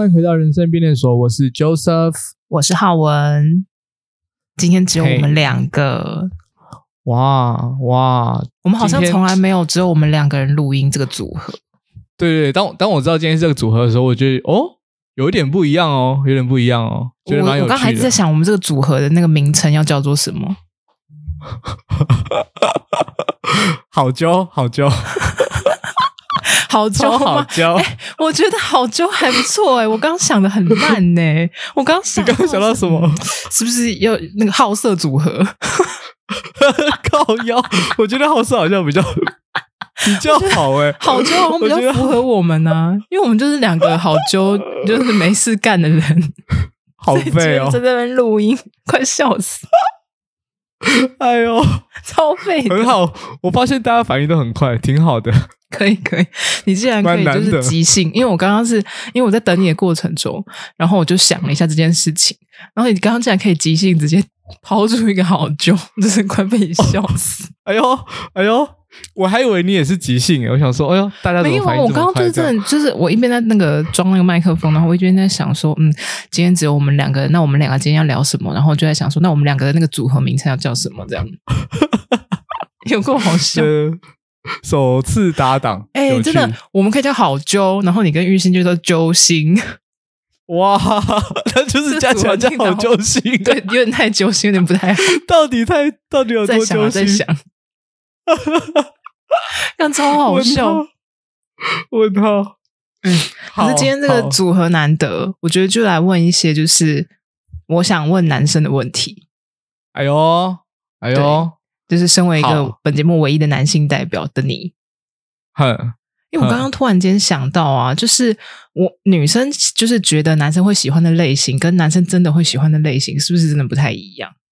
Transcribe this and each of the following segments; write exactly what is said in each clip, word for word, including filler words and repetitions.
欢迎回到人生变电所，我是 Joseph， 我是浩文。今天只有我们两个， 哇哇， 我们好像从来没有只有我们两个人录音这个组合。 对对，当当我知道今天是这个组合的时候，我觉得哦，有一点不一样哦，有点不一样哦，觉得蛮有趣的。 我我刚才在想，我们这个组合的那个名称要叫做什么？ 好揪，好揪。 好揪好揪、 欸！我觉得好揪还不错哎、欸，我刚刚想的很烂呢、欸。我刚想， 你刚刚想到什么？ 是不是要那个好色组合？ 靠腰，我觉得好色好像比较比较好哎、欸， 好揪好像比较符合我们啊，因为我们就是两个好揪，就是没事干的人， 好废哦， 在这边录音，快笑死！ 哎呦， 超废的， 很好，我发现大家反应都很快，挺好的。 可以可以，你既然可以就是即兴，因为我刚刚是因为我在等你的过程中，然后我就想了一下这件事情，然后你刚刚竟然可以即兴直接抛出一个好揪，真是快被你笑死！ 哎呦哎呦，我还以为你也是即兴，我想说，哎呦，大家怎么反应这么快？ 没有，我刚刚就是真的，就是我一边在那个装那个麦克风，然后我一边在想说，嗯，今天只有我们两个，那我们两个今天要聊什么？然后就在想说，那我们两个的那个组合名称要叫什么？这样有够好笑。 首次搭档， 哎、欸，真的，我们可以叫好揪，然后你跟玉兴就叫揪心， 哇，那就是加起来叫好揪心， 对，有点太揪心，有点不太好。 到底太到底有多揪心？ 在想，在想，看超好笑。 问号， 嗯，可是今天这个组合难得，我觉得就来问一些，就是我想问男生的问题。 哎呦，哎呦。 就是身为一个本节目唯一的男性代表的你，因为我刚刚突然间想到啊，就是我女生就是觉得男生会喜欢的类型，跟男生真的会喜欢的类型，是不是真的不太一样？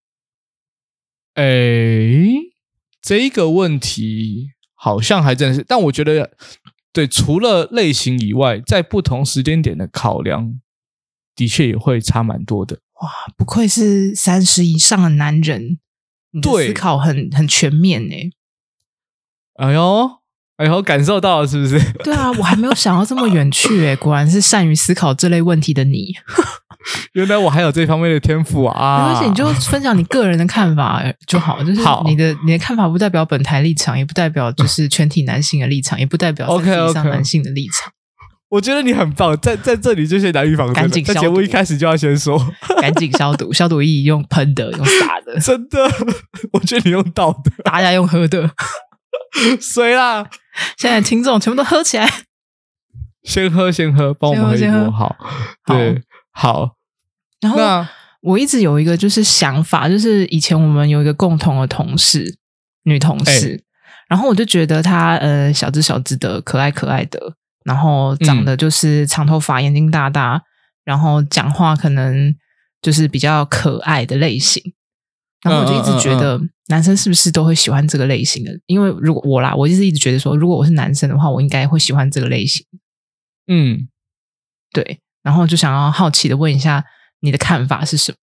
诶，这一个问题好像还真的是，但我觉得对，除了类型以外，在不同时间点的考量，的确也会差蛮多的。 哇，不愧是三十以上的男人。你的思考很很全面呢、欸， 哎呦哎呦，感受到了是不是？ 对啊，我还没有想到这么远去诶，果然是善于思考这类问题的你。 原来我还有这方面的天赋啊！ 没关系，你就分享你个人的看法就好，就是你的你的看法不代表本台立场，也不代表就是全体男性的立场，也不代表三十以上男性的立场。 Okay, okay. 我觉得你很棒，在在这里就先打预防针，在节目一开始就要先说， 赶紧消毒，消毒液用喷的，用洒的， 真的，我觉得你用倒的， 大家用喝的， 水啦！ 现在听众全部都喝起来， 先喝先喝，帮我们喝一波，好，对，好。 然后我一直有一个就是想法，就是以前我们有一个共同的同事，女同事，欸、然后我就觉得她呃小只小只的，可爱可爱的。然后长得就是长头发、嗯、眼睛大大，然后讲话可能就是比较可爱的类型。然后我就一直觉得男生是不是都会喜欢这个类型的？因为如果我啦，我就是一直觉得说，如果我是男生的话，我应该会喜欢这个类型。 嗯， 对。然后就想要好奇的问一下你的看法是什么？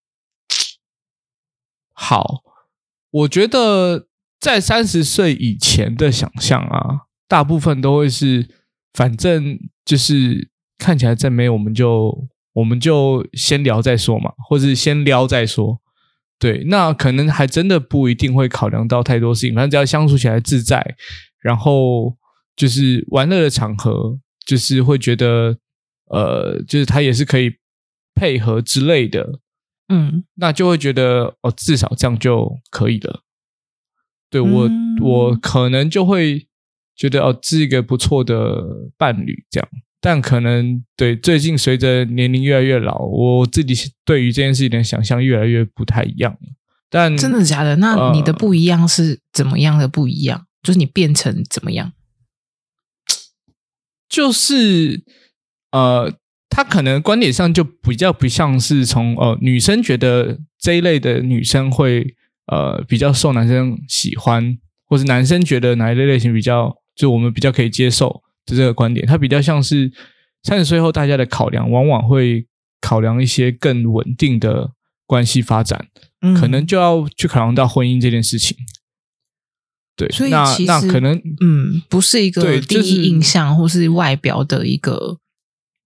好，我觉得在三十岁以前的想象啊，大部分都会是。反正就是看起来再美，我们就我们就先聊再说嘛，或者先撩再说。对，那可能还真的不一定会考量到太多事情，反正只要相处起来自在，然后就是玩乐的场合，就是会觉得呃，就是他也是可以配合之类的， 嗯， 那就会觉得哦，至少这样就可以了。对，我、嗯、我可能就会。觉得哦，是一个不错的伴侣，这样，但可能对最近随着年龄越来越老，我自己对于这件事情的想象越来越不太一样了。但真的假的？那你的不一样是怎么样的不一样？呃、就是你变成怎么样？ 就是呃，他可能观点上就比较不像是从呃女生觉得这一类的女生会呃比较受男生喜欢，或是男生觉得哪一类类型比较。就我们比较可以接受的这个观点，它比较像是三十岁后大家的考量，往往会考量一些更稳定的关系发展，嗯、可能就要去考量到婚姻这件事情。对， 所以那其实那可能嗯，不是一个第一印象或是外表的一个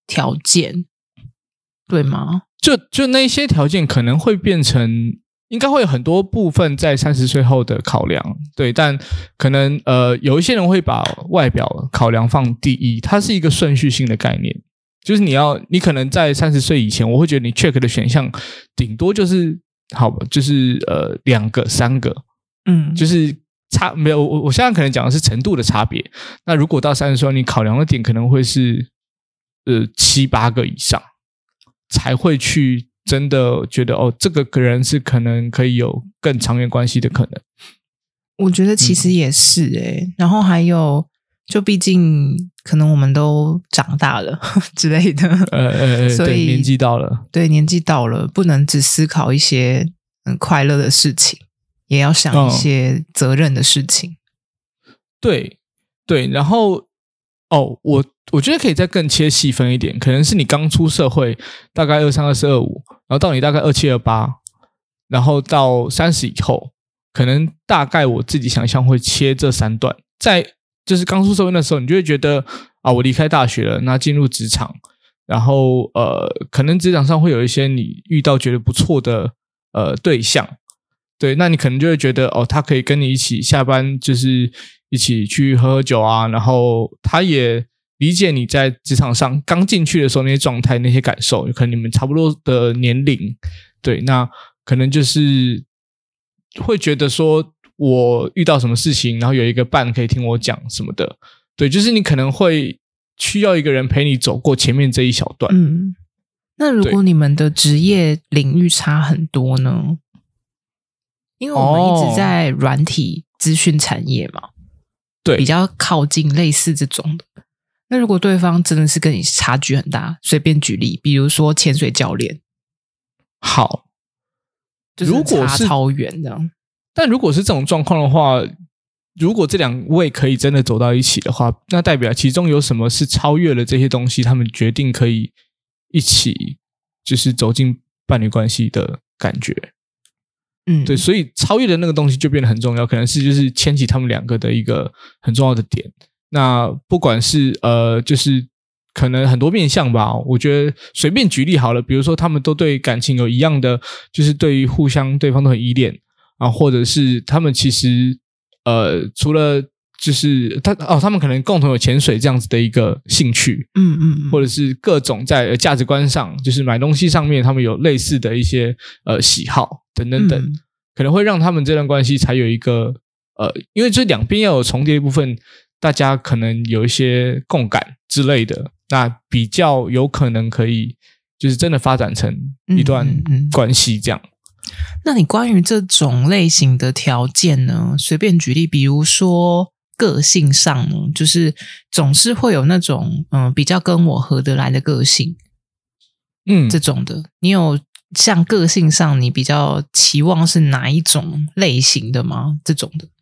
条件，对吗？ 就就那些条件可能会变成，应该会有很多部分在三十岁后的考量，对，但可能呃有一些人会把外表考量放第一，它是一个顺序性的概念，就是你要你可能在三十岁以前，我会觉得你 check 的选项顶多就是好吧，就是呃两个三个， 嗯， 就是差没有我我现在可能讲的是程度的差别，那如果到三十岁，你考量的点可能会是呃七八个以上。才会去真的觉得哦，这个人是可能可以有更长远关系的可能。 我觉得其实也是诶、欸嗯、然后还有，就毕竟可能我们都长大了之类的， 呃呃， 所以对年纪到了， 对年纪到了，不能只思考一些嗯快乐的事情，也要想一些责任的事情。 嗯、对对，然后哦，我。我觉得可以再更切细分一点，可能是你刚出社会，大概二三、二四、二五，然后到你大概二七、二八，然后到三十以后，可能大概我自己想象会切这三段。在就是刚出社会那时候，你就会觉得啊，我离开大学了，那进入职场，然后呃，可能职场上会有一些你遇到觉得不错的呃对象，对，那你可能就会觉得哦，他可以跟你一起下班，就是一起去喝喝酒啊，然后他也。理解你在职场上刚进去的时候那些状态那些感受，可能你们差不多的年龄，对，那可能就是会觉得说我遇到什么事情，然后有一个伴可以听我讲什么的，对，就是你可能会需要一个人陪你走过前面这一小段。 嗯，那如果你们的职业领域差很多呢？因为我们一直在软体资讯产业嘛， 对， 比较靠近类似这种的。那如果对方真的是跟你差距很大，随便举例，比如说潜水教练， 好， 就是差超远这样。 但如果是这种状况的话，如果这两位可以真的走到一起的话，那代表其中有什么是超越了这些东西，他们决定可以一起就是走进伴侣关系的感觉。嗯，对，所以超越的那个东西就变得很重要，可能是就是牵起他们两个的一个很重要的点。那不管是呃，就是可能很多面向吧，我觉得随便举例好了，比如说他们都对感情有一样的，就是对于互相对方都很依恋啊，或者是他们其实呃，除了就是他哦，他们可能共同有潜水这样子的一个兴趣， 嗯嗯， 或者是各种在价值观上，就是买东西上面，他们有类似的一些呃喜好等等等，嗯、可能会让他们这段关系才有一个呃，因为这两边要有重叠的部分。大家可能有一些共感之类的，那比较有可能可以就是真的发展成一段关系这样。嗯嗯嗯、 那你关于这种类型的条件呢？随便举例，比如说个性上呢，就是总是会有那种嗯比较跟我合得来的个性，嗯，这种的，你有像个性上你比较期望是哪一种类型的吗？这种的，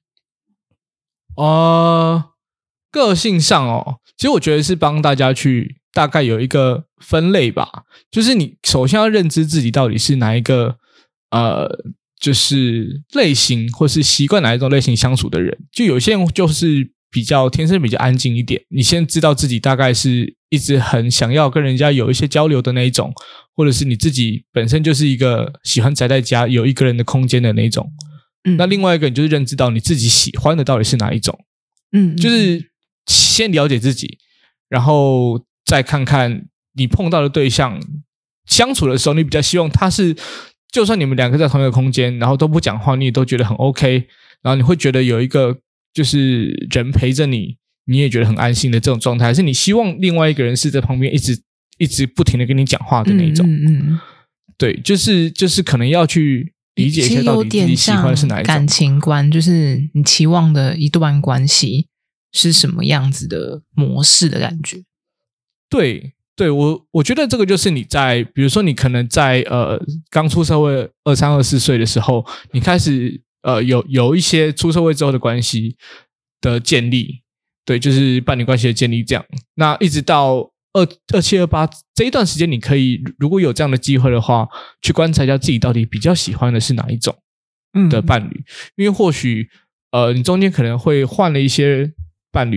呃。个性上哦，其实我觉得是帮大家去大概有一个分类吧，就是你首先要认知自己到底是哪一个呃，就是类型或是习惯哪一种类型相处的人。就有些人就是比较天生比较安静一点，你先知道自己大概是一直很想要跟人家有一些交流的那一种，或者是你自己本身就是一个喜欢宅在家有一个人的空间的那一种。嗯，那另外一个你就是认知到你自己喜欢的到底是哪一种。嗯，就是先了解自己，然后再看看你碰到的对象相处的时候，你比较希望他是就算你们两个在同一个空间，然后都不讲话，你也都觉得很 OK， 然后你会觉得有一个就是人陪着你，你也觉得很安心的这种状态，还是你希望另外一个人是在旁边一直一直不停的跟你讲话的那种。嗯嗯嗯，对，就是就是可能要去理解一下到底自己喜欢的是哪一种感情观，就是你期望的一段关系是什么样子的模式的感觉。 对对，我我觉得这个就是你在比如说你可能在呃刚出社会二三二四岁的时候，你开始呃有有一些出社会之后的关系的建立，对，就是伴侣关系的建立这样。那一直到二二七二八这一段时间，你可以如果有这样的机会的话，去观察一下自己到底比较喜欢的是哪一种的伴侣，嗯、因为或许呃你中间可能会换了一些伴侣，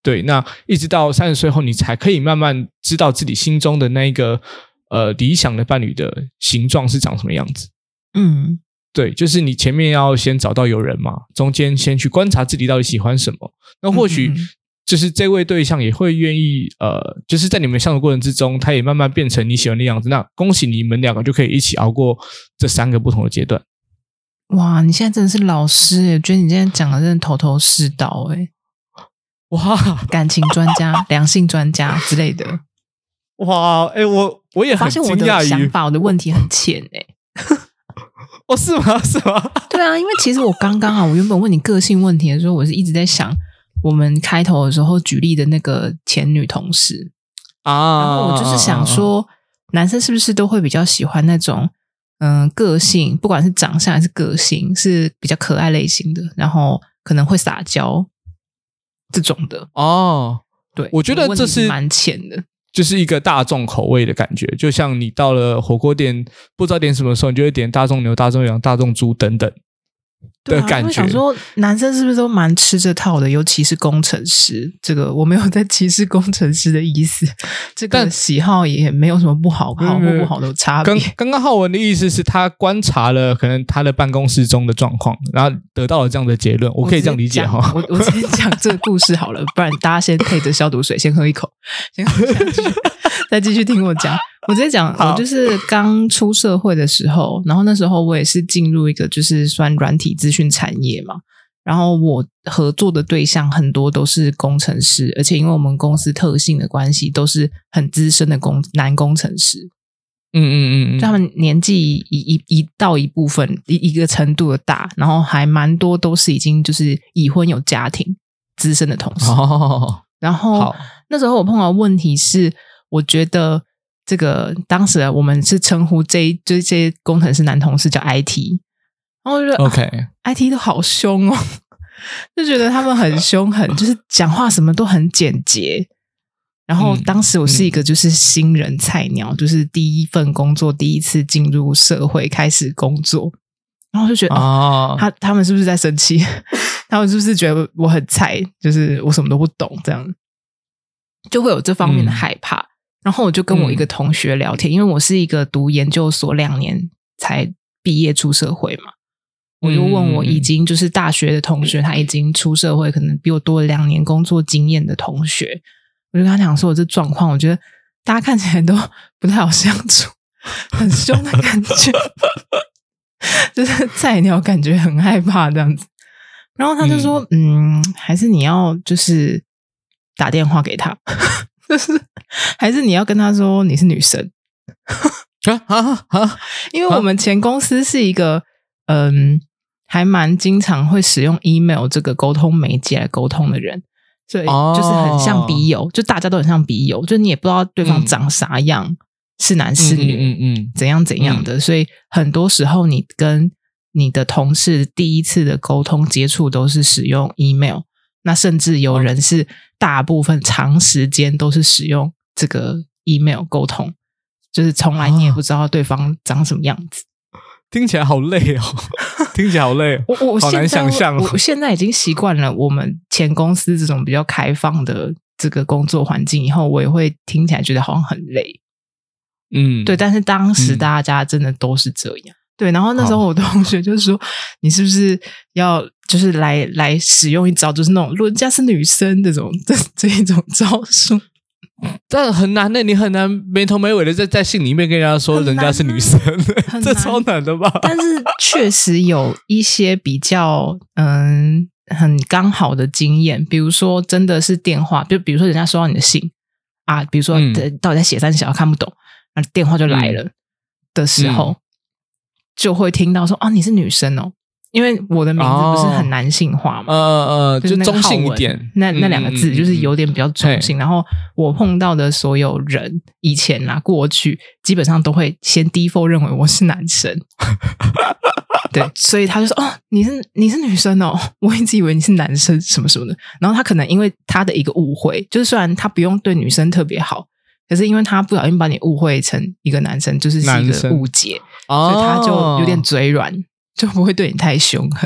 对，那一直到三十岁后，你才可以慢慢知道自己心中的那一个呃理想的伴侣的形状是长什么样子。 嗯， 对，就是你前面要先找到有人嘛，中间先去观察自己到底喜欢什么，那或许就是这位对象也会愿意呃，就是在你们相处过程之中，他也慢慢变成你喜欢的样子，那恭喜你们两个就可以一起熬过这三个不同的阶段。 哇，你现在真的是老师耶，我觉得你今天讲的真的头头是道诶。 哇， 感情专家、两性专家之类的。 哇，哎、欸，我我也很惊讶于， 发现我的想法，我的问题很浅哎。 哦，是吗？是吗？ 对啊，因为其实我刚刚啊，我原本问你个性问题的时候，我是一直在想我们开头的时候举例的那个前女同事啊，然后我就是想说，男生是不是都会比较喜欢那种嗯个性，不管是长相还是个性，是比较可爱类型的，然后可能会撒娇这种的哦。 对， 我觉得这是蛮浅的。 就是一个大众口味的感觉，就像你到了火锅店不知道点什么时候，你就会点大众牛、大众羊、大众猪等等的感觉。 我想说男生是不是都蛮吃这套的，尤其是工程师，这个我没有在歧视工程师的意思，这个喜好也没有什么不好好或不好的差别。 刚刚浩文的意思是他观察了可能他的办公室中的状况，然后得到了这样的结论，我可以这样理解哈。 我我直接讲这个故事好了，不然大家先配着消毒水先喝一口，先喝下去再继续听我讲。我直接讲，我就是刚出社会的时候，然后那时候我也是进入一个就是算软体资讯产业嘛，然后我合作的对象很多都是工程师，而且因为我们公司特性的关系，都是很资深的工男工程师。 嗯嗯嗯， 就他们年纪一一一到一部分一一个程度的大，然后还蛮多都是已经就是已婚有家庭资深的同事。 哦， 然后那时候我碰到的问题是，我觉得这个当时我们是称呼这这些工程师男同事叫 I T， 然后我就觉得 OK、 啊、I T 都好凶哦，就觉得他们很凶狠，就是讲话什么都很简洁。然后当时我是一个就是新人菜鸟、嗯、就是第一份工作第一次进入社会开始工作，然后就觉得、哦、他他们是不是在生气他们是不是觉得我很菜，就是我什么都不懂，这样就会有这方面的害怕、嗯、然后我就跟我一个同学聊天、嗯、因为我是一个读研究所两年才毕业出社会嘛，我就问我已经就是大学的同学，他已经出社会可能比我多了两年工作经验的同学，我就跟他讲说我这状况，我觉得大家看起来都不太好相处，很凶的感觉就是菜鸟感觉很害怕这样子。然后他就说 嗯, 嗯还是你要就是打电话给他就是还是你要跟他说你是女生啊啊啊！ 因为我们前公司是一个嗯还蛮经常会使用 email 这个沟通媒介来沟通的人，所以就是很像笔友、哦、就大家都很像笔友，就你也不知道对方长啥样、嗯、是男是女、 嗯嗯嗯、 怎样怎样的、嗯、所以很多时候你跟你的同事第一次的沟通接触都是使用 email， 那甚至有人是大部分长时间都是使用这个 email 沟通，就是从来你也不知道对方长什么样子、 哦、听起来好累哦听起来好累、哦、 我我好难想象、哦、 我现在已经习惯了我们前公司这种比较开放的这个工作环境以后，我也会听起来觉得好像很累。嗯，对，但是当时大家真的都是这样、嗯、对，然后那时候我同学就说你是不是要就是来来使用一招，就是那种人家是女生这种这这一种招数， 但很难的，你很难没头没尾的在在信里面跟人家说人家是女生，这超难的吧？ 但是确实有一些比较嗯很刚好的经验，比如说真的是电话，就比如说人家收到你的信啊，比如说、嗯、到底在写三小看不懂，那电话就来了的时候、嗯、就会听到说哦你是女生哦，因为我的名字不是很男性化嘛， 呃呃， 就是中性一点， 那那两个字就是有点比较中性、嗯嗯嗯、然后我碰到的所有人以前啦过去基本上都会先 default 认为我是男生对，所以他就说哦你是你是女生哦，我一直以为你是男生什么什么的，然后他可能因为他的一个误会，就是虽然他不用对女生特别好，可是因为他不小心把你误会成一个男生，就是是一个误解，所以他就有点嘴软，就不会对你太凶狠。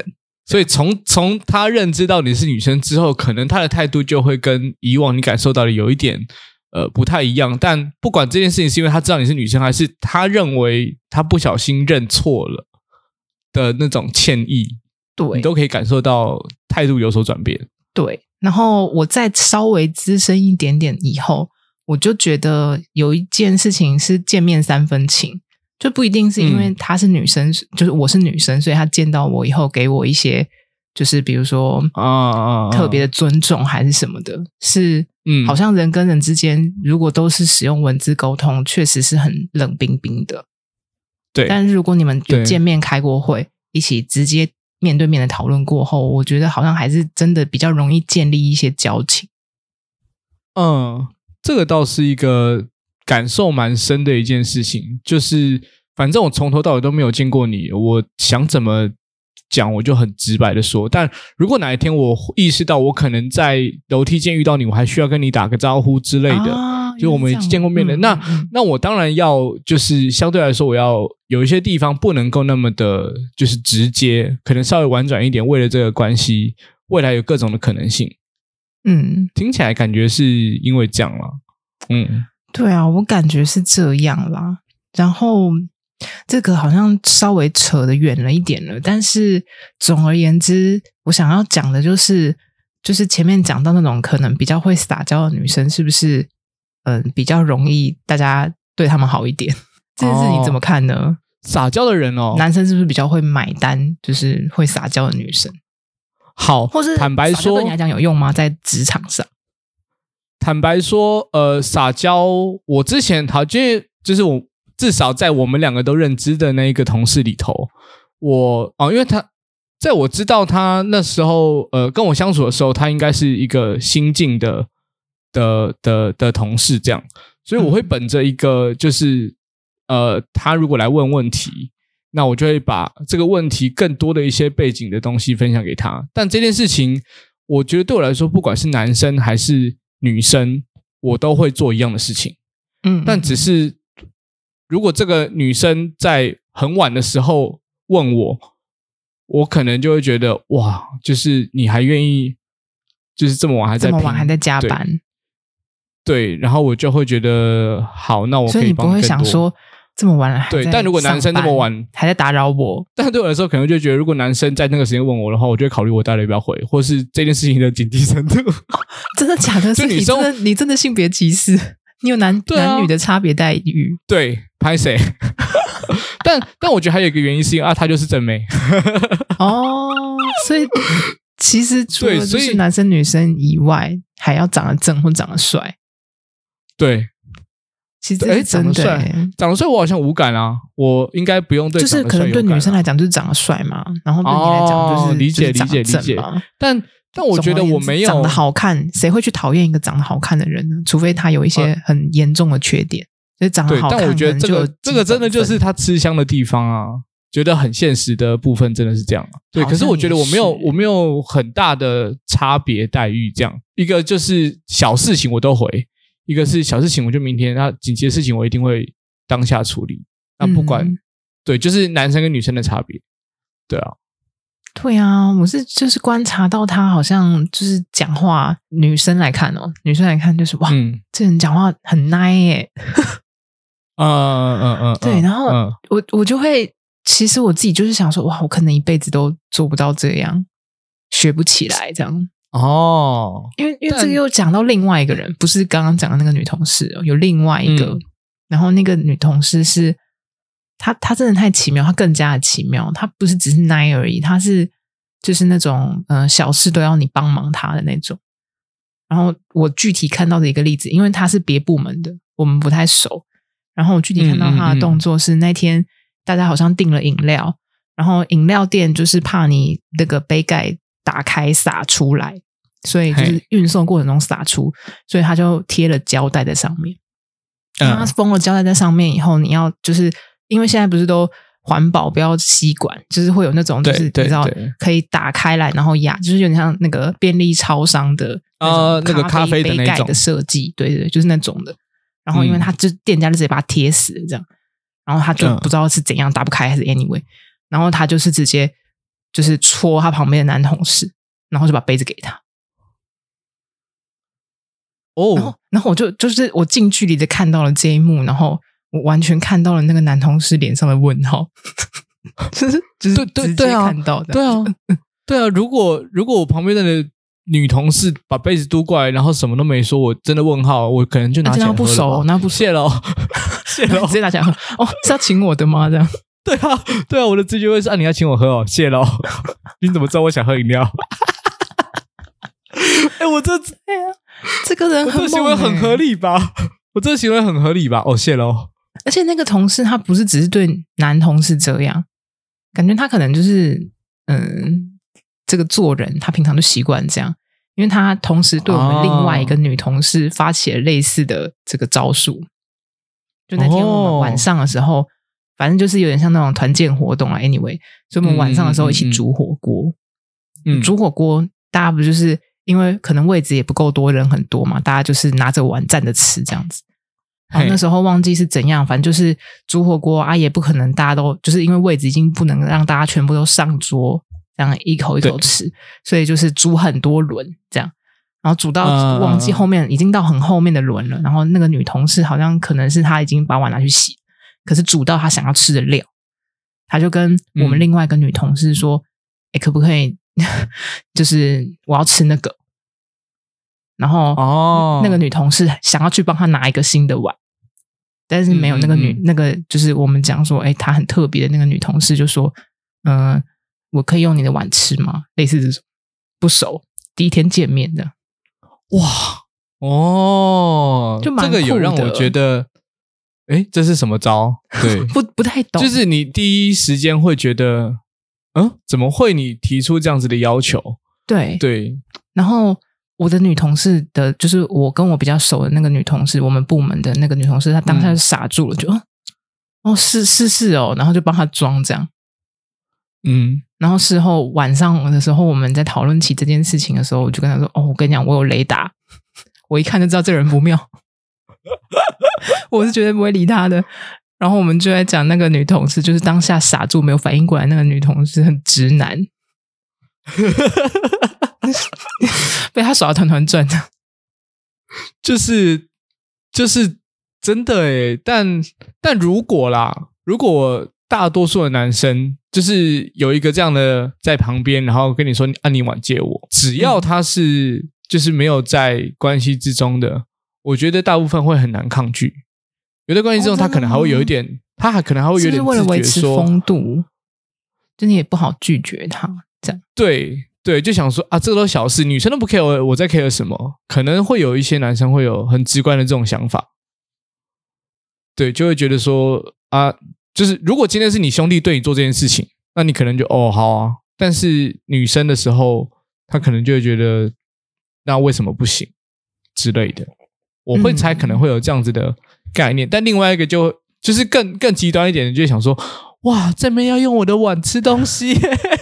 所以从从他认知到你是女生之后，可能他的态度就会跟以往你感受到的有一点呃不太一样。但不管这件事情是因为他知道你是女生，还是他认为他不小心认错了的那种歉意， 对， 你都可以感受到态度有所转变。 对，然后我再稍微资深一点点以后，我就觉得有一件事情是见面三分情。就不一定是因为她是女生、嗯、就是我是女生，所以她见到我以后给我一些就是比如说啊特别的尊重还是什么的，是嗯，好像人跟人之间如果都是使用文字沟通，确实是很冷冰冰的。 对， 但是如果你们有见面开过会，一起直接面对面的讨论过后，我觉得好像还是真的比较容易建立一些交情。 嗯，这个倒是一个感受蛮深的一件事情，就是反正我从头到尾都没有见过你，我想怎么讲我就很直白的说，但如果哪一天我意识到我可能在楼梯间遇到你，我还需要跟你打个招呼之类的、啊、就我们见过面的、嗯、那、嗯、那我当然要就是相对来说我要有一些地方不能够那么的就是直接，可能稍微婉转一点，为了这个关系未来有各种的可能性。嗯，听起来感觉是因为这样啦。嗯， 对啊，我感觉是这样啦。然后这个好像稍微扯得远了一点了，但是总而言之我想要讲的就是就是前面讲到那种可能比较会撒娇的女生是不是嗯、呃、比较容易大家对她们好一点，这件事你怎么看呢、哦、 撒娇的人哦， 男生是不是比较会买单，就是会撒娇的女生？ 好， 或是坦白说对你来讲有用吗？在职场上坦白说呃，撒娇我之前好就是我至少在我们两个都认知的那一个同事里头，我哦，因为他在我知道他那时候呃跟我相处的时候，他应该是一个新进的的的的同事这样，所以我会本着一个就是呃他如果来问问题，那我就会把这个问题更多的一些背景的东西分享给他。但这件事情我觉得对我来说不管是男生还是女生我都会做一样的事情。嗯，但只是如果这个女生在很晚的时候问我，我可能就会觉得哇，就是你还愿意就是这么晚还在这么晚还在加班， 对, 对然后我就会觉得好，那我可以帮所以你不会想说这么晚了还在上班， 对，但如果男生这么晚还在打扰我， 但对我来说可能就觉得如果男生在那个时间问我的话，我就会考虑我到底要不要回，或是这件事情的紧急程度。 真的假的？就女生你真的你真的性别歧视，你有 男,、啊、男女的差别待遇？ 对，拍谁？但但我觉得还有一个原因是因为啊，他就是正妹。 哦，所以其实除了就是男生女生以外，还要长得正或长得帅。 对， 其实是真的、欸、 长得帅，长得帅我好像无感啊，我应该不用对长得帅有感、啊、 就是可能对女生来讲就是长得帅嘛，然后对你来讲就是、哦、 理解理解理解。但但我觉得我没有长得好看，谁会去讨厌一个长得好看的人呢？除非他有一些很严重的缺点。所以长得好看， 对，但我觉得这个这个真的就是他吃香的地方啊，觉得很现实的部分真的是这样、啊。对，可是我觉得我没有我没有很大的差别待遇，这样一个就是小事情我都回，一个是小事情我就明天，那紧急的事情我一定会当下处理。那不管、嗯、对，就是男生跟女生的差别。对啊。 对啊，我是就是观察到他好像就是讲话，女生来看哦，女生来看就是哇，嗯、这人讲话很 nice 耶。 嗯嗯嗯， 对，然后、嗯、我我就会，其实我自己就是想说，哇，我可能一辈子都做不到这样，学不起来这样。 哦， 因为因为这个又讲到另外一个人，不是刚刚讲的那个女同事哦，有另外一个，嗯、然后那个女同事是。他他真的太奇妙，他更加的奇妙。他不是只是 nice 而已，他是就是那种呃小事都要你帮忙他的那种。然后我具体看到的一个例子，因为他是别部门的，我们不太熟。然后我具体看到他的动作是，那天大家好像订了饮料，然后饮料店就是怕你那个杯盖打开洒出来，所以就是运送过程中洒出，所以他就贴了胶带在上面。然后他封了胶带在上面以后，你要就是。因为现在不是都环保不要吸管，就是会有那种就是你知道可以打开来然后压，就是有点像那个便利超商的呃那个咖啡杯盖的设计，对对，就是那种的。然后因为他就店家就直接把它贴死了这样，然后他就不知道是怎样打不开还是 anyway，然后他就是直接就是戳他旁边的男同事，然后就把杯子给他。 哦， 然后然后我就就是我近距离的看到了这一幕，然后我完全看到了那个男同事脸上的问号，就是就是直接看到的， 对啊，对啊。如果如果我旁边的女同事把杯子嘟过来，然后什么都没说，我真的问号，我可能就拿起来喝了吧。 不熟，那不熟谢喽，谢喽， 直接拿起来喝。哦，是要请我的吗？这样？ 对啊，对啊，我的直觉会是啊，你要请我喝哦，谢喽。你怎么知道我想喝饮料？哎、欸，我这对啊，这个人很猛、欸、 我这行为很合理吧？我这行为很合理吧？哦，谢喽。 而且那个同事他不是只是对男同事这样，感觉他可能就是嗯，这个做人他平常就习惯这样，因为他同时对我们另外一个女同事发起了类似的这个招数。就那天我们晚上的时候，哦、反正就是有点像那种团建活动啊 ，anyway， 所以我们晚上的时候一起煮火锅。嗯，煮火锅大家不就是因为可能位置也不够多，人很多嘛，大家就是拿着碗站着吃这样子。然后那时候忘记是怎样，反正就是煮火锅啊，也不可能大家都就是因为位置已经不能让大家全部都上桌，这样一口一口吃，所以就是煮很多轮这样，然后煮到忘记后面、uh, 已经到很后面的轮了，然后那个女同事好像可能是她已经把碗拿去洗，可是煮到她想要吃的料，她就跟我们另外一个女同事说：“哎、嗯，可不可以？就是我要吃那个。”然后、oh. 那个女同事想要去帮她拿一个新的碗，但是没有那个女、嗯嗯、那个就是我们讲说，哎，她很特别的那个女同事就说：“嗯、呃，我可以用你的碗吃吗？”类似这种不熟，第一天见面的， 哇哦， 就蛮酷的。 这个有让我觉得，哎，这是什么招？对， 不不太懂， 就是你第一时间会觉得，嗯，怎么会你提出这样子的要求？ 对对， 然后。我的女同事的，就是我跟我比较熟的那个女同事，我们部门的那个女同事，她当下就傻住了，就哦是是是哦，然后就帮她装这样， 嗯， 然后事后晚上的时候，我们在讨论起这件事情的时候，我就跟她说：“哦，我跟你讲，我有雷达，我一看就知道这人不妙，我是绝对不会理他的。”然后我们就在讲那个女同事，就是当下傻住没有反应过来，那个女同事很直男。被他耍得团团转的， 就是就是真的诶，但但如果啦，如果大多数的男生就是有一个这样的在旁边，然后跟你说啊，你碗借我，只要他是、嗯、就是没有在关系之中的，我觉得大部分会很难抗拒。有的关系之中，他可能还会有一点，哦、他还可能还会有点自觉说， 是为了维持风度，就你也不好拒绝他这样。 对。对，就想说啊，这个都小事，女生都不 care， 我, 我在 care 什么？可能会有一些男生会有很直观的这种想法，对，就会觉得说啊，就是如果今天是你兄弟对你做这件事情，那你可能就哦好啊，但是女生的时候，她可能就会觉得那为什么不行之类的，我会猜可能会有这样子的概念，嗯、但另外一个就就是更更极端一点的，就会想说哇，这边要用我的碗吃东西。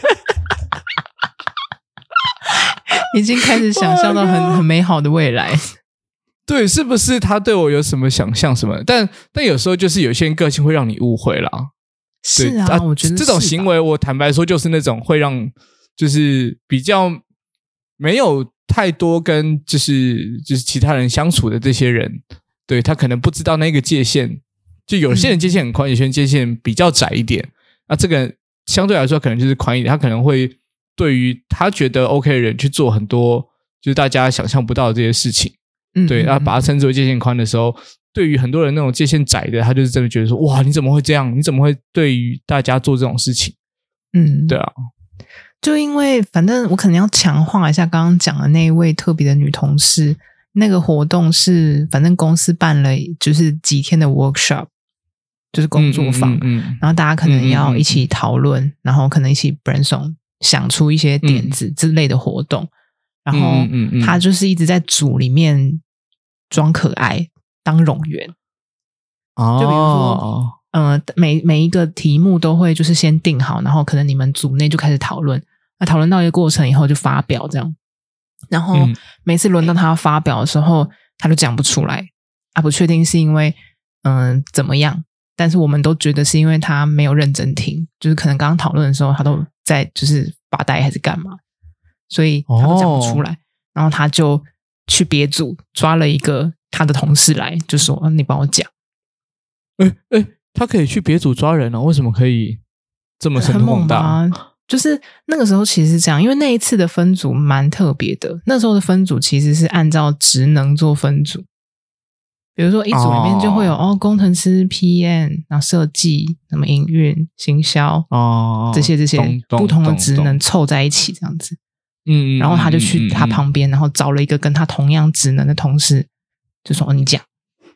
已经开始想象到很、oh、很美好的未来， 对，是不是他对我有什么想象什么？但但有时候就是有些人个性会让你误会啦。 是啊，啊我觉得这种行为，我坦白说就是那种会让就是比较没有太多跟就是就是其他人相处的这些人，对他可能不知道那个界限，就有些人界限很宽，嗯、有些人界限比较窄一点。那这个相对来说可能就是宽一点，他可能会。对于他觉得 OK 的人去做很多就是大家想象不到的这些事情，嗯、对，他把它称之为界限宽的时候，对于很多人那种界限窄的，他就是真的觉得说，哇，你怎么会这样？你怎么会对于大家做这种事情？嗯，对啊， 就因为反正我可能要强化一下刚刚讲的那一位特别的女同事，那个活动是反正公司办了就是几天的 workshop， 就是工作坊，嗯嗯嗯、然后大家可能要一起讨论，嗯嗯嗯、然后可能一起 brainstorm。想出一些点子之类的活动，嗯、然后他就是一直在组里面装可爱当冗员，哦、就比如说，呃，每每一个题目都会就是先定好，然后可能你们组内就开始讨论，那讨论到一个过程以后就发表这样，然后每次轮到他发表的时候，他就讲不出来，啊，不确定是因为嗯、呃、怎么样。但是我们都觉得是因为他没有认真听，就是可能刚刚讨论的时候他都在就是发呆还是干嘛，所以他都讲不出来。哦、然后他就去别组抓了一个他的同事来，就说：“啊、你帮我讲。” 哎哎，他可以去别组抓人哦？为什么可以这么神通广大？ 就是那个时候其实是这样，因为那一次的分组蛮特别的。那时候的分组其实是按照职能做分组，比如说一组里面就会有 哦, 哦工程师 P M 然后设计什么营运行销哦这些这些不同的职能凑在一起这样子。嗯，然后他就去他旁边，然后找了一个跟他同样职能的同事，就说：“哦，你讲。”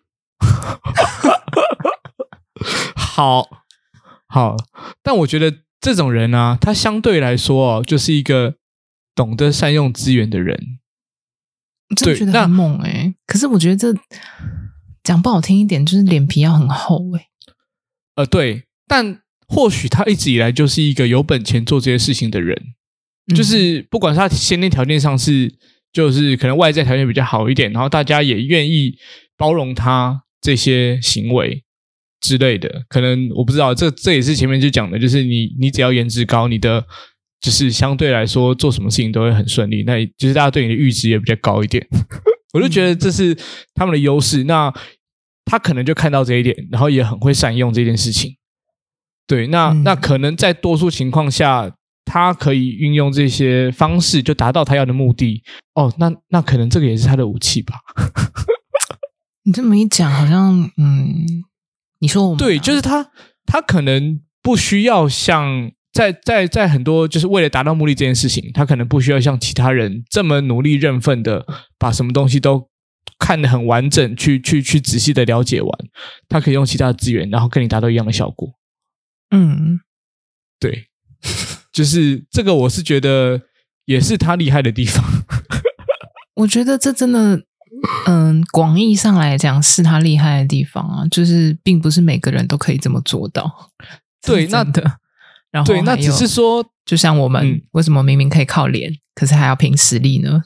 好好，但我觉得这种人啊，他相对来说哦，就是一个懂得善用资源的人。 我真的觉得很猛哎、欸！可是我觉得这讲不好听一点，就是脸皮要很厚哎、欸。 呃，对，但或许他一直以来就是一个有本钱做这些事情的人，嗯、就是不管是他先天条件上是，就是可能外在条件比较好一点，然后大家也愿意包容他这些行为之类的，可能我不知道，这这也是前面就讲的，就是你你只要颜值高，你的就是相对来说做什么事情都会很顺利，那就是大家对你的阈值也比较高一点。我就觉得这是他们的优势，那他可能就看到这一点，然后也很会善用这件事情。对，那、嗯、那可能在多数情况下，他可以运用这些方式就达到他要的目的。哦，那那可能这个也是他的武器吧。 你这么一讲，好像嗯。你说我们、啊、 对，就是他，他可能不需要像在在在很多就是为了达到目的这件事情，他可能不需要像其他人这么努力认份的把什么东西都看得很完整，去去去仔细的了解完。他可以用其他的资源，然后跟你达到一样的效果。嗯，对，就是这个，我是觉得也是他厉害的地方。 我觉得这真的。嗯，广义上来讲是他厉害的地方啊，就是并不是每个人都可以这么做到。 对，那的，然后对，那只是说， 就像我们、嗯、为什么明明可以靠脸，可是还要凭实力呢？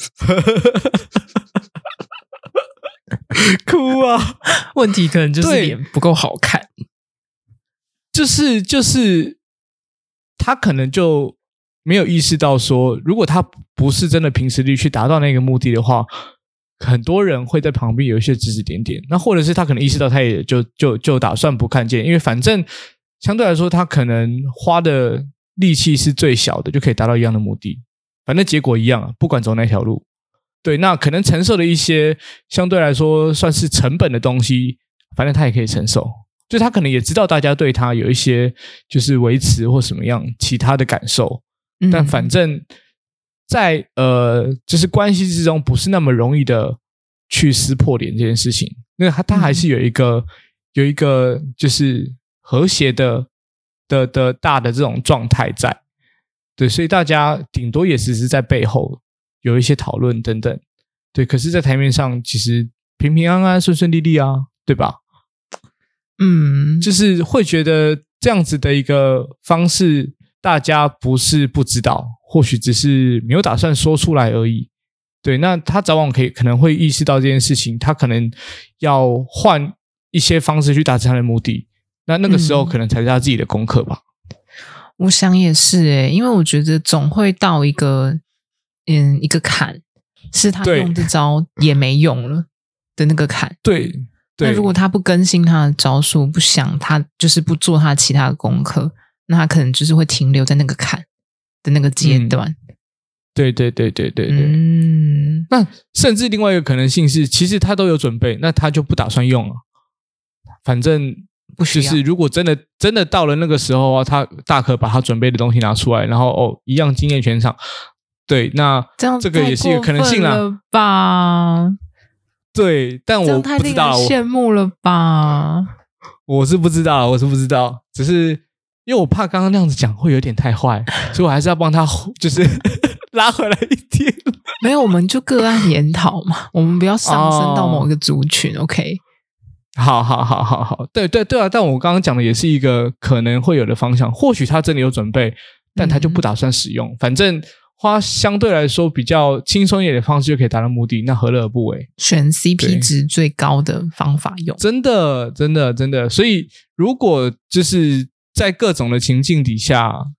哭啊！ 问题可能就是脸不够好看， 就是就是他可能就没有意识到说，如果他不是真的凭实力去达到那个目的的话。很多人会在旁边有一些指指点点，那或者是他可能意识到，他也就就就打算不看见，因为反正相对来说，他可能花的力气是最小的，就可以达到一样的目的，反正结果一样啊，不管走哪条路。对，那可能承受的一些相对来说算是成本的东西，反正他也可以承受，就他可能也知道大家对他有一些就是维持或什么样其他的感受，嗯、但反正。在呃，就是关系之中不是那么容易的去撕破脸这件事情，那他他还是有一个、嗯、有一个就是和谐的的的大的这种状态在，对，所以大家顶多也只是在背后有一些讨论等等，对，可是，在台面上其实平平安安、顺顺利利啊，对吧？嗯，就是会觉得这样子的一个方式，大家不是不知道。或许只是没有打算说出来而已，对，那他早晚可以可能会意识到这件事情，他可能要换一些方式去达成他的目的，那那个时候可能才是他自己的功课吧。 嗯、我想也是诶，因为我觉得总会到一个嗯一个坎，是他用这招也没用了的那个坎。 对，对， 那如果他不更新他的招数，不想他就是不做他其他的功课，那他可能就是会停留在那个坎。的那个阶段、嗯， 对对对对对对，嗯，那甚至另外一个可能性是，其实他都有准备，那他就不打算用了，反正不需要。就是如果真的真的到了那个时候啊，他大可把他准备的东西拿出来，然后哦，一样惊艳全场。对，那这个也是一个可能性啦， 了吧？ 对，但我不知道， 羡慕了吧？ 我是不知道，我是不知道，只是。因为我怕刚刚那样子讲会有点太坏，所以我还是要帮他就是拉回来一点。 没有，我们就个案研讨嘛，我们不要上升到某一个族群、哦、OK。 好好好好好，对对对啊！但我刚刚讲的也是一个可能会有的方向，或许他真的有准备，但他就不打算使用，嗯、反正花相对来说比较轻松一点的方式就可以达到目的，那何乐而不为？ 选 C P 值最高的方法用， 真的真的真的。所以如果就是在各种的情境底下，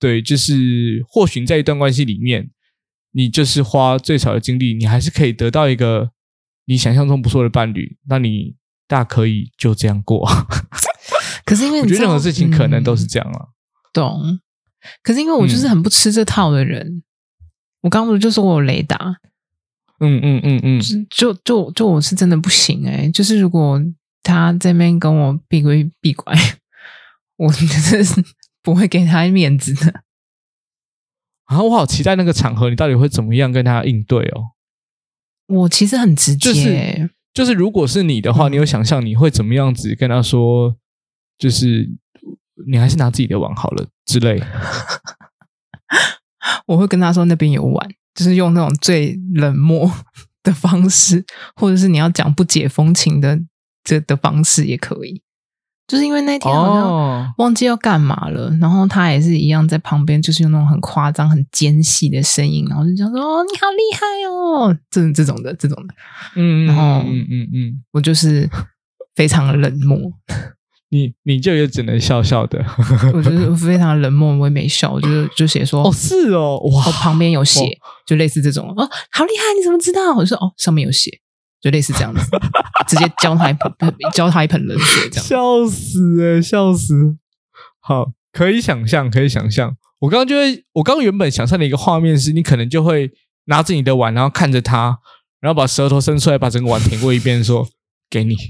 对，就是或许在一段关系里面，你就是花最少的精力，你还是可以得到一个你想象中不错的伴侣，那你大可以就这样过。 可是因为我觉得任何事情可能都是这样啊、嗯、 懂。可是因为我就是很不吃这套的人、嗯、我刚不是就说我有雷达， 嗯嗯嗯嗯， 就就就我是真的不行哎、欸，就是如果他这边跟我闭归闭拐，我真的是不会给他面子的。 啊，我好期待那个场合，你到底会怎么样跟他应对哦？ 我其实很直接、欸， 就是就是如果是你的话，嗯、你有想象你会怎么样子跟他说？就是你还是拿自己的碗好了之类。 我会跟他说那边有碗，就是用那种最冷漠的方式，或者是你要讲不解风情的这的方式也可以。就是因为那天好像忘记要干嘛了、哦、然后他也是一样在旁边，就是用那种很夸张很尖细的声音，然后就讲说哦你好厉害哦，这这种的这种的， 嗯， 然后嗯嗯嗯，我就是非常的冷漠。 你你就也只能笑笑的。 我就是非常冷漠，我也没笑，我就就写说哦是哦，哇， 旁边有写，就类似这种哦，好厉害，你怎么知道？我就说哦，上面有写，就类似这样子，直接浇他一盆浇他一盆冷水，这样笑死哎、欸，笑死！好，可以想象，可以想象。我刚刚就会，我刚刚原本想象的一个画面是，你可能就会拿着你的碗，然后看着他，然后把舌头伸出来，把整个碗舔过一遍，说给你。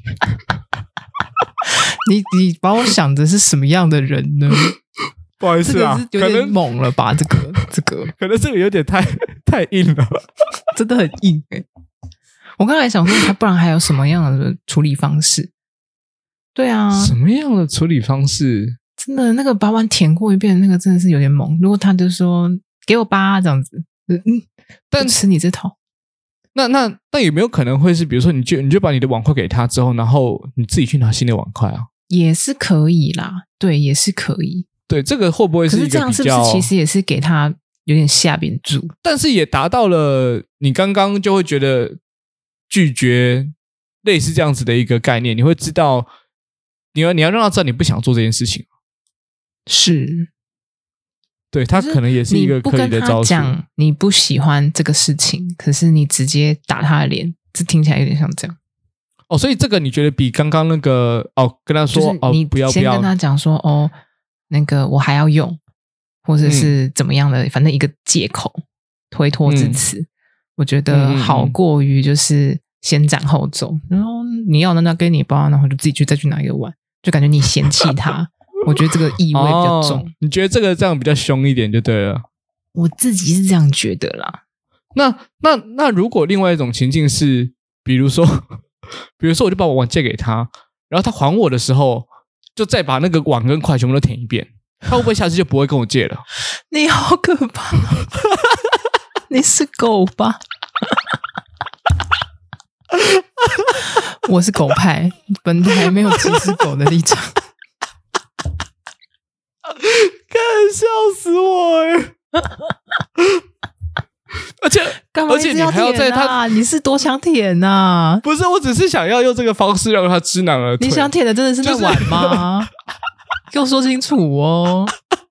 你你把我想的是什么样的人呢？ 不好意思啊， 这个是有点猛了吧？这个这个可能这个有点太太硬了， 真的很硬哎、欸！我刚才想说，不然还有什么样的处理方式？对啊， 什么样的处理方式？ 真的那个把碗舔过一遍，那个真的是有点猛。如果他就说给我吧这样子，嗯，但吃你这套。 那那那有没有可能会是，比如说你就你就把你的碗筷给他之后，然后你自己去拿新的碗筷啊？ 也是可以啦，对，也是可以。 对，这个会不会是一个比较？可是这样是不是其实也是给他有点下扁住？ 但是也达到了你刚刚就会觉得拒绝类似这样子的一个概念，你会知道你要你要让他知道你不想做这件事情。 是。 对，他可能也是一个可以的招数。 你不跟他讲你不喜欢这个事情，可是你直接打他的脸，这听起来有点像这样。 哦，所以这个你觉得比刚刚那个哦，跟他说、就是、哦， 你不要不要， 先跟他讲说哦，那个我还要用，或者是怎么样的，嗯、反正一个借口推脱之词、嗯，我觉得好过于就是先斩后奏。然后你要那给你包，然后就自己去再去拿一个碗，就感觉你嫌弃他。我觉得这个意味比较重、哦， 你觉得这个这样比较凶一点就对了。 我自己是这样觉得啦。 那那那如果另外一种情境是，比如说，比如说我就把我碗借给他，然后他还我的时候，就再把那个碗跟筷全部都舔一遍，他会不会下次就不会跟我借了？ 你好可怕！你是狗吧？我是狗派，本台没有歧视狗的立场。 干，笑死我哎！而且干嘛？ 而且你还要在他， 你是多想舔呐、啊？ 不是，我只是想要用这个方式让他知难而退。 你想舔的真的是那碗吗？就是、给我说清楚哦！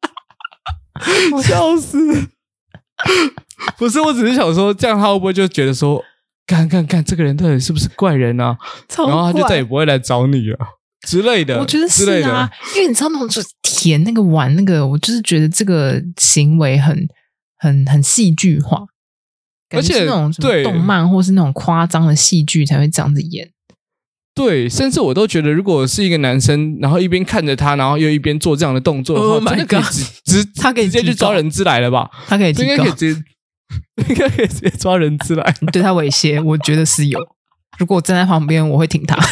笑死！不是，我只是想说，这样他会不会就觉得说，干干干，这个人到底是不是怪人啊？然后他就再也不会来找你了。之类的， 我觉得是啊，因为你知道那种就是舔那个碗那个，我就是觉得这个行为很很很戏剧化， 而且那种什么动漫或是那种夸张的戏剧才会这样子演。 对，甚至我都觉得，如果是一个男生，然后一边看着他，然后又一边做这样的动作的话， oh、 真的可以直直他可以直接去抓人质来了吧？ 他可以提应该可以直接，应该可以直接抓人质来， 对他猥亵，我觉得是有。如果我站在旁边，我会挺他。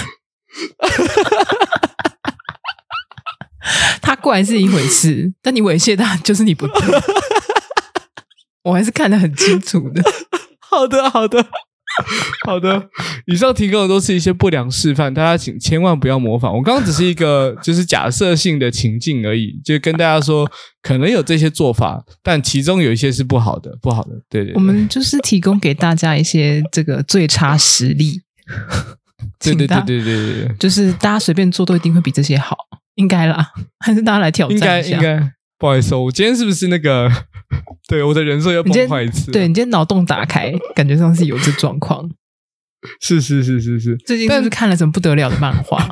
他过来是一回事，但你猥亵他就是你不对。我还是看得很清楚的。 好的，好的，好的。以上提供的都是一些不良示范，大家请千万不要模仿。我刚刚只是一个就是假设性的情境而已，就跟大家说可能有这些做法，但其中有一些是不好的，不好的。对 对, 对， 我们就是提供给大家一些这个最差实力。 对对对对对对， 就是大家随便做都一定会比这些好，应该啦，还是大家来挑战一下？ 应该应该不好意思、哦，我今天是不是那个对我的人设又崩坏一次？ 对，你今天脑洞打开，感觉上是有这状况。 是是是是是， 最近是不是看了什么不得了的漫画？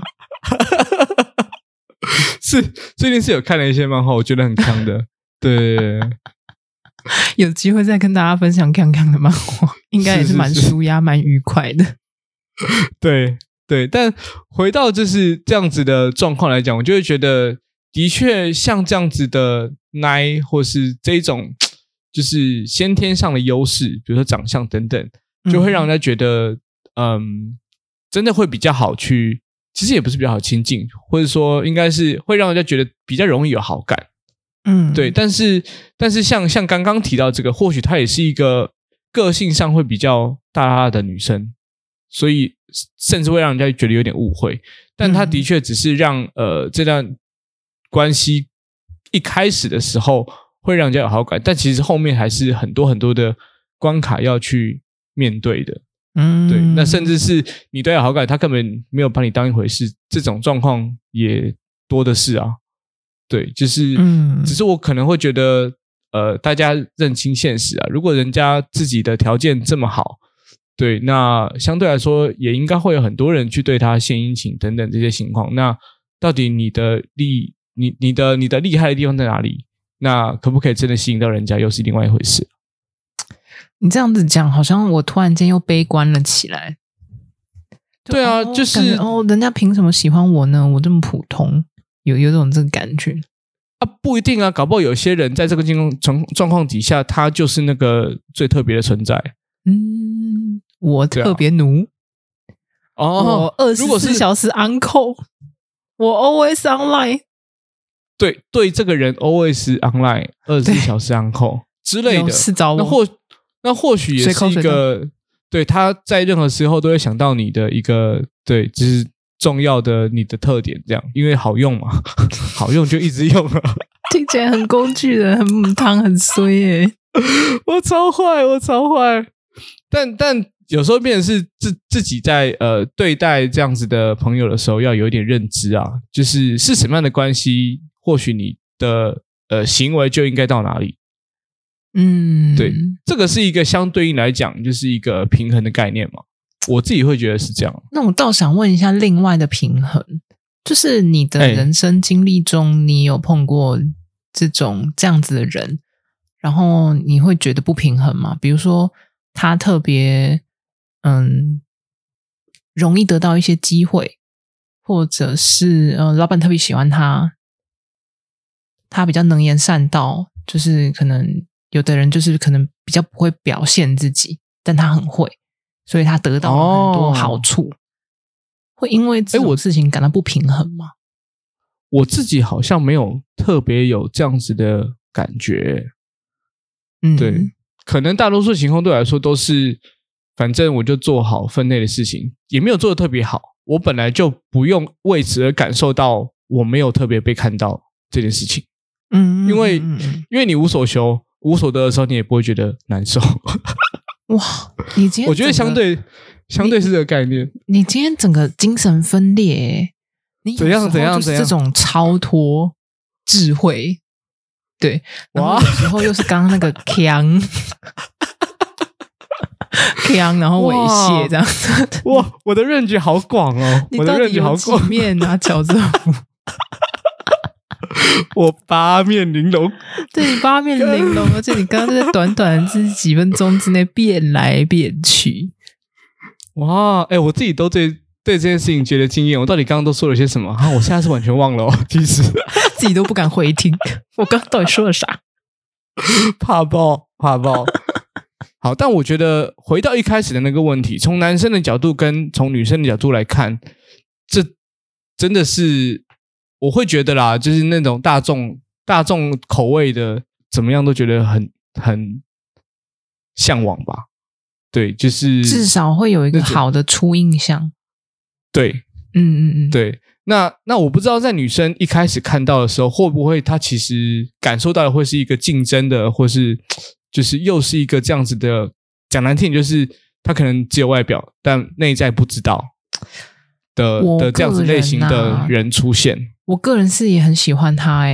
是最近是有看了一些漫画，我觉得很强的。对， 有机会再跟大家分享康康的漫画，应该也是蛮舒压、蛮愉快的。 对对，但回到就是这样子的状况来讲，我就会觉得，的确像这样子的奶，或是这种就是先天上的优势，比如说长相等等，就会让人家觉得，嗯，嗯真的会比较好去，其实也不是比较好亲近，或者说应该是会让人家觉得比较容易有好感。 嗯， 对，但是但是像像刚刚提到这个，或许她也是一个个性上会比较大大的女生，所以甚至会让人家觉得有点误会。但她的确只是让、嗯、呃这段关系一开始的时候会让人家有好感，但其实后面还是很多很多的关卡要去面对的。 嗯， 对，那甚至是你对她有好感，她根本没有把你当一回事，这种状况也多的是啊。对，就是， 嗯， 只是我可能会觉得，呃，大家认清现实啊。如果人家自己的条件这么好，对，那相对来说也应该会有很多人去对他献殷勤等等这些情况。那到底你的厉，你你的你的厉害的地方在哪里？那可不可以真的吸引到人家，又是另外一回事。 你这样子讲，好像我突然间又悲观了起来。 对啊， 哦、 就是哦，人家凭什么喜欢我呢？我这么普通。有有种这个感觉啊，不一定啊，搞不好有些人在这个状状况底下，他就是那个最特别的存在。 嗯，我特别奴、 啊、哦， 我二十四小时 uncle， 我 always online。 对对，这个人 always online， 二十四小时 uncle 之类的， 是找我。 那或那或许也是一个，对，他在任何时候都会想到你的一个，对，就是。重要的你的特点这样，因为好用嘛，好用就一直用了。 听起来很工具人，很母汤，很衰耶。 我超坏，我超坏。但但有时候变成是自自己在呃对待这样子的朋友的时候，要有一点认知啊，就是是什么样的关系，或许你的呃行为就应该到哪里。 嗯， 对，这个是一个相对应来讲，就是一个平衡的概念嘛。我自己会觉得是这样。 那我倒想问一下另外的平衡，就是你的人生经历中，你有碰过这种这样子的人，然后你会觉得不平衡吗？比如说他特别嗯容易得到一些机会，或者是呃老板特别喜欢他，他比较能言善道，就是可能有的人就是可能比较不会表现自己，但他很会。所以他得到了很多好处，哦、会因为这种事情感到不平衡吗？ 我自己好像没有特别有这样子的感觉。 嗯， 对，可能大多数情况对我来说都是，反正我就做好分内的事情，也没有做得特别好。我本来就不用为此而感受到我没有特别被看到这件事情。 嗯， 因为因为你无所求、无所得的时候，你也不会觉得难受。 哇，你今天我觉得相对相对是这个概念。 你, 你今天整个精神分裂，你怎样怎样怎样？ 这种超脱智慧，对，哇，有时候又是刚刚那个强强，然后猥亵这样子。 哇，我的认知好广哦！ 你到底有几面啊，乔治夫？ 我八面玲珑， 对，你八面玲珑，而且你刚刚在短短的这几分钟之内变来变去， 哇！哎、欸，我自己都对对这件事情觉得惊艳。我到底刚刚都说了些什么？啊，我现在是完全忘了哦，其实自己都不敢回听，我刚刚到底说了啥？ 怕爆，怕爆。好，但我觉得回到一开始的那个问题，从男生的角度跟从女生的角度来看，这真的是。我会觉得啦，就是那种大众大众口味的，怎么样都觉得很很向往吧。对，就是至少会有一个好的初印象。 对， 嗯嗯嗯， 对。那那我不知道在女生一开始看到的时候，会不会她其实感受到的会是一个竞争的，或是就是又是一个这样子的，讲难听就是她可能只有外表，但内在不知道的的这样子类型的人出现。 我个人是也很喜欢他诶，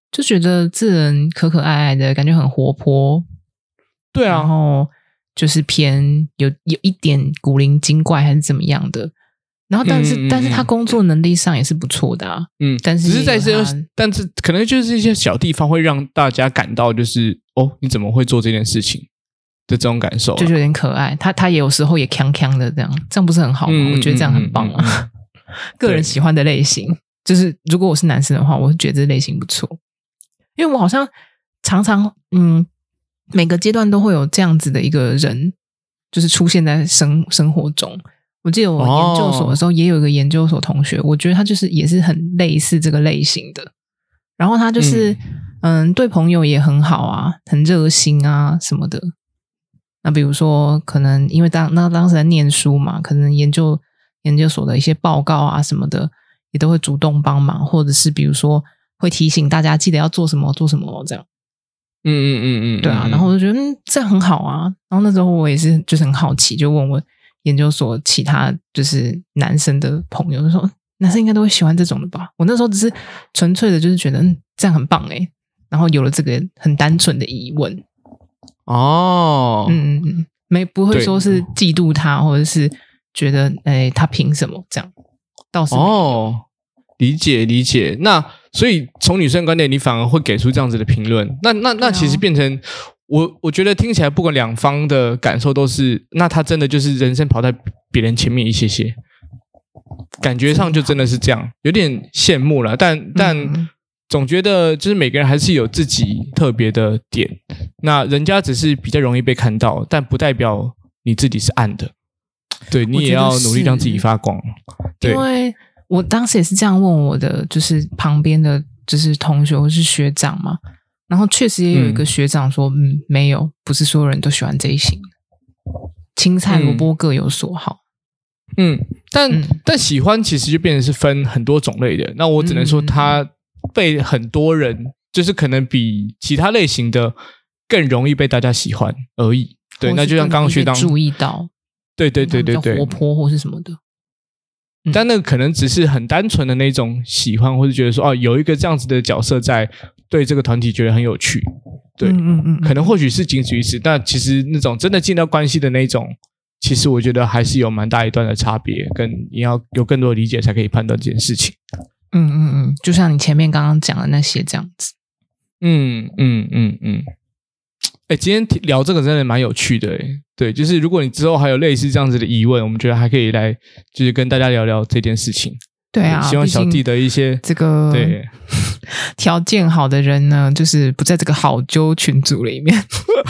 就觉得这人可可爱爱的感觉，很活泼。 对啊， 然后就是偏有有一点古灵精怪还是怎么样的。然后但是、嗯嗯嗯、但是他工作能力上也是不错的啊。 嗯， 但是只是在这些，但是可能就是一些小地方会让大家感到就是哦，你怎么会做这件事情的这种感受、啊， 就有点可爱。他他也有时候也锵锵的这样，这样不是很好吗？嗯、我觉得这样很棒啊。嗯嗯嗯嗯、个人喜欢的类型，就是如果我是男生的话，我会觉得这类型不错，因为我好像常常嗯每个阶段都会有这样子的一个人，就是出现在生生活中。我记得我研究所的时候也有一个研究所同学、哦、我觉得他就是也是很类似这个类型的，然后他就是嗯, 嗯对朋友也很好啊，很热心啊什么的。那比如说可能因为当那当时在念书嘛，可能研究研究所的一些报告啊什么的也都会主动帮忙，或者是比如说会提醒大家记得要做什么做什么这样。 嗯嗯嗯嗯， 对啊，然后我就觉得嗯这样很好啊。然后那时候我也是就是很好奇，就问我研究所其他就是男生的朋友，就说男生应该都会喜欢这种的吧。我那时候只是纯粹的就是觉得嗯这样很棒诶，然后有了这个很单纯的疑问。 哦， 嗯嗯嗯，没不会说是嫉妒他，或者是觉得诶他凭什么这样，倒是没有。 哦，理解理解。那所以从女生观点，你反而会给出这样子的评论，那那那其实变成。我我觉得听起来不管两方的感受都是，那他真的就是人生跑在别人前面一些些，感觉上就真的是这样，有点羡慕了。但但总觉得就是每个人还是有自己特别的点，那人家只是比较容易被看到，但不代表你自己是暗的，对你也要努力让自己发光。对， 因为我当时也是这样问我的，就是旁边的就是同学或是学长嘛。然后确实也有一个学长说 嗯, 嗯，没有，不是所有人都喜欢这一型，青菜萝卜各有所好。 嗯，但、嗯、但喜欢其实就变成是分很多种类的。那我只能说他被很多人、嗯、就是可能比其他类型的更容易被大家喜欢而已。对，那就像刚刚学长注意到， 对对对对对， 活泼或是什么的。 嗯、但那个可能只是很单纯的那种喜欢，或是觉得说哦，有一个这样子的角色在。对这个团体觉得很有趣，对，嗯嗯嗯，可能或许是仅此于此，但其实那种真的进到关系的那种，其实我觉得还是有蛮大一段的差别，跟你要有更多的理解才可以判断这件事情。 嗯嗯嗯，就像你前面刚刚讲的那些这样子。 嗯嗯嗯嗯，哎，今天聊这个真的蛮有趣的，哎，对，就是如果你之后还有类似这样子的疑问，我们觉得还可以来就是跟大家聊聊这件事情。 对啊， 希望小弟的一些这个对条件好的人呢，就是不在这个好揪群组里面。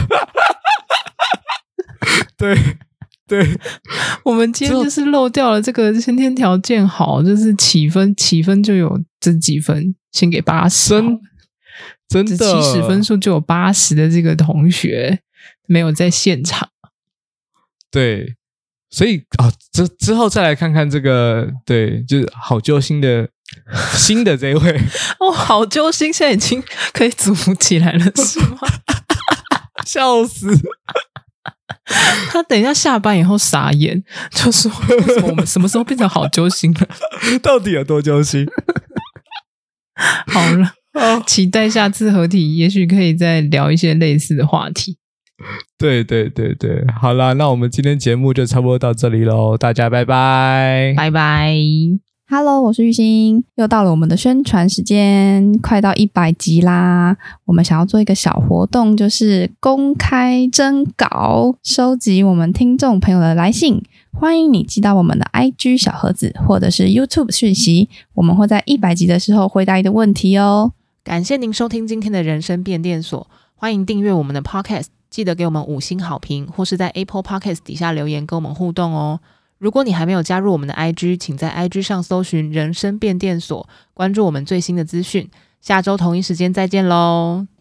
对对，我们今天就是漏掉了这个先天条件好，就是起分起分就有这几分，先给八十， 真真的七十分数就有八十的这个同学没有在现场。 对。所以啊，之之后再来看看这个，对，就是好揪心的新的这一位哦，好揪心，现在已经可以组起来了，是吗？ 笑死！ 他等一下下班以后傻眼，就说为什么我们什么时候变成好揪心了？ 到底有多揪心？ 好了，哦、期待下次合体，也许可以再聊一些类似的话题。 对对对对，好啦，那我们今天节目就差不多到这里咯，大家拜拜， 拜拜。 Hello， 我是玉兴，又到了我们的宣传时间，快到一百集啦。我们想要做一个小活动，就是公开征稿，收集我们听众朋友的来信。欢迎你寄到我们的 I G 小盒子，或者是 YouTube 讯息，我们会在一百集的时候回答你的问题哦。 感谢您收听今天的人生变电所，欢迎订阅我们的 Podcast。记得给我们五星好评，或是在 Apple Podcast 底下留言跟我们互动哦。如果你还没有加入我们的 I G， 请在 I G 上搜寻人生变电所，关注我们最新的资讯。下周同一时间再见咯。